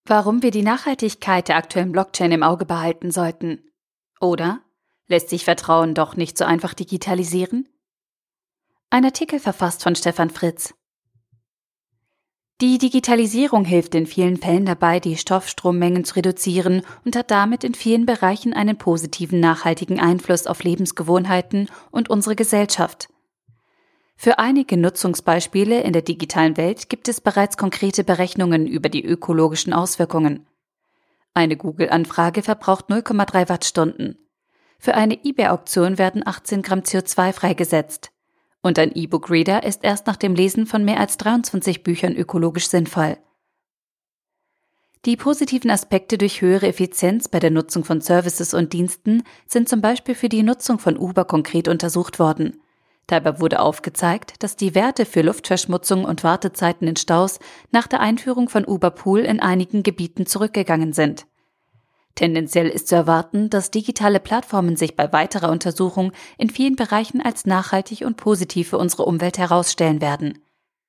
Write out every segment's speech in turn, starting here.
Warum wir die Nachhaltigkeit der aktuellen Blockchain im Auge behalten sollten. Oder lässt sich Vertrauen doch nicht so einfach digitalisieren? Ein Artikel verfasst von Stefan Fritz. Die Digitalisierung hilft in vielen Fällen dabei, die Stoffstrommengen zu reduzieren und hat damit in vielen Bereichen einen positiven, nachhaltigen Einfluss auf Lebensgewohnheiten und unsere Gesellschaft. Für einige Nutzungsbeispiele in der digitalen Welt gibt es bereits konkrete Berechnungen über die ökologischen Auswirkungen. Eine Google-Anfrage verbraucht 0,3 Wattstunden. Für eine eBay-Auktion werden 18 Gramm CO2 freigesetzt. Und ein E-Book-Reader ist erst nach dem Lesen von mehr als 23 Büchern ökologisch sinnvoll. Die positiven Aspekte durch höhere Effizienz bei der Nutzung von Services und Diensten sind zum Beispiel für die Nutzung von Uber konkret untersucht worden. Dabei wurde aufgezeigt, dass die Werte für Luftverschmutzung und Wartezeiten in Staus nach der Einführung von Uber Pool in einigen Gebieten zurückgegangen sind. Tendenziell ist zu erwarten, dass digitale Plattformen sich bei weiterer Untersuchung in vielen Bereichen als nachhaltig und positiv für unsere Umwelt herausstellen werden.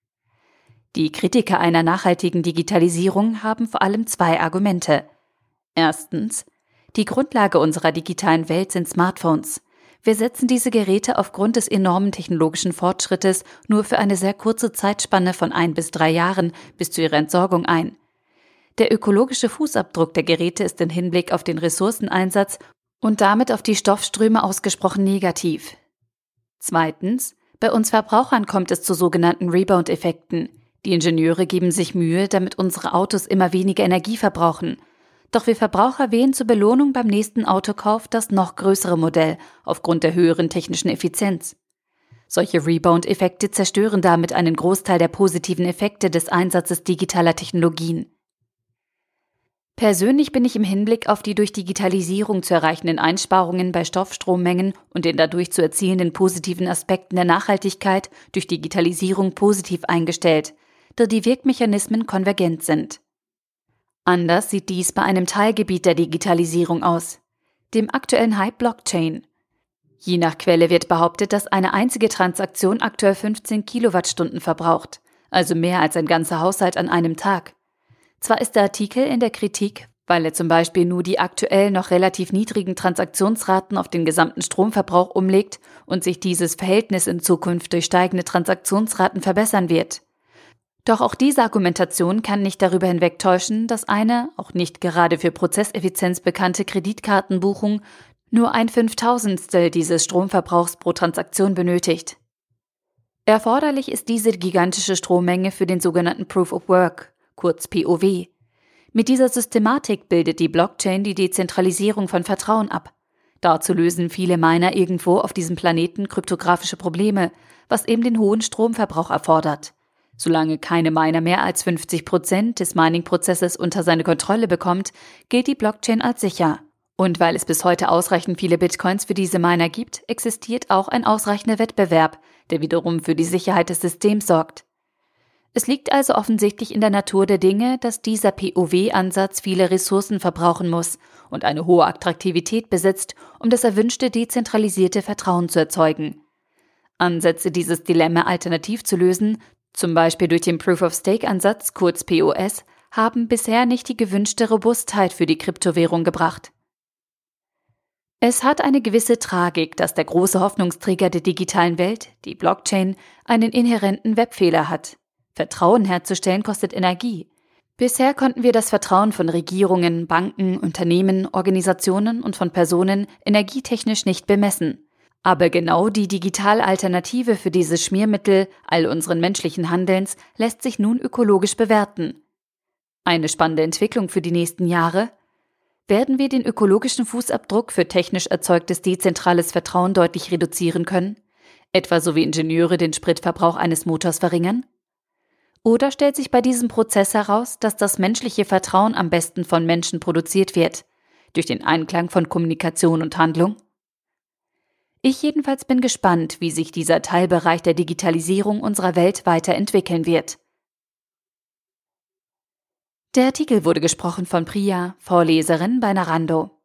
Die Kritiker einer nachhaltigen Digitalisierung haben vor allem zwei Argumente. Erstens: Die Grundlage unserer digitalen Welt sind Smartphones. Wir setzen diese Geräte aufgrund des enormen technologischen Fortschrittes nur für eine sehr kurze Zeitspanne von 1 bis 3 Jahren bis zu ihrer Entsorgung ein. Der ökologische Fußabdruck der Geräte ist im Hinblick auf den Ressourceneinsatz und damit auf die Stoffströme ausgesprochen negativ. Zweitens: Bei uns Verbrauchern kommt es zu sogenannten Rebound-Effekten. Die Ingenieure geben sich Mühe, damit unsere Autos immer weniger Energie verbrauchen. Doch wir Verbraucher wählen zur Belohnung beim nächsten Autokauf das noch größere Modell aufgrund der höheren technischen Effizienz. Solche Rebound-Effekte zerstören damit einen Großteil der positiven Effekte des Einsatzes digitaler Technologien. Persönlich bin ich im Hinblick auf die durch Digitalisierung zu erreichenden Einsparungen bei Stoffstrommengen und den dadurch zu erzielenden positiven Aspekten der Nachhaltigkeit durch Digitalisierung positiv eingestellt, da die Wirkmechanismen konvergent sind. Anders sieht dies bei einem Teilgebiet der Digitalisierung aus, dem aktuellen Hype Blockchain. Je nach Quelle wird behauptet, dass eine einzige Transaktion aktuell 15 Kilowattstunden verbraucht, also mehr als ein ganzer Haushalt an einem Tag. Zwar ist der Artikel in der Kritik, weil er zum Beispiel nur die aktuell noch relativ niedrigen Transaktionsraten auf den gesamten Stromverbrauch umlegt und sich dieses Verhältnis in Zukunft durch steigende Transaktionsraten verbessern wird. Doch auch diese Argumentation kann nicht darüber hinwegtäuschen, dass eine, auch nicht gerade für Prozesseffizienz bekannte Kreditkartenbuchung nur 1/5000stel dieses Stromverbrauchs pro Transaktion benötigt. Erforderlich ist diese gigantische Strommenge für den sogenannten Proof of Work, kurz POW. Mit dieser Systematik bildet die Blockchain die Dezentralisierung von Vertrauen ab. Dazu lösen viele Miner irgendwo auf diesem Planeten kryptografische Probleme, was eben den hohen Stromverbrauch erfordert. Solange keine Miner mehr als 50% des Mining-Prozesses unter seine Kontrolle bekommt, gilt die Blockchain als sicher. Und weil es bis heute ausreichend viele Bitcoins für diese Miner gibt, existiert auch ein ausreichender Wettbewerb, der wiederum für die Sicherheit des Systems sorgt. Es liegt also offensichtlich in der Natur der Dinge, dass dieser POW-Ansatz viele Ressourcen verbrauchen muss und eine hohe Attraktivität besitzt, um das erwünschte dezentralisierte Vertrauen zu erzeugen. Ansätze, dieses Dilemma alternativ zu lösen, zum Beispiel durch den Proof-of-Stake-Ansatz, kurz POS, haben bisher nicht die gewünschte Robustheit für die Kryptowährung gebracht. Es hat eine gewisse Tragik, dass der große Hoffnungsträger der digitalen Welt, die Blockchain, einen inhärenten Webfehler hat. Vertrauen herzustellen kostet Energie. Bisher konnten wir das Vertrauen von Regierungen, Banken, Unternehmen, Organisationen und von Personen energietechnisch nicht bemessen. Aber genau die digitale Alternative für dieses Schmiermittel all unseren menschlichen Handelns lässt sich nun ökologisch bewerten. Eine spannende Entwicklung für die nächsten Jahre. Werden wir den ökologischen Fußabdruck für technisch erzeugtes dezentrales Vertrauen deutlich reduzieren können? Etwa so wie Ingenieure den Spritverbrauch eines Motors verringern? Oder stellt sich bei diesem Prozess heraus, dass das menschliche Vertrauen am besten von Menschen produziert wird, durch den Einklang von Kommunikation und Handlung? Ich jedenfalls bin gespannt, wie sich dieser Teilbereich der Digitalisierung unserer Welt weiterentwickeln wird. Der Artikel wurde gesprochen von Priya, Vorleserin bei Narando.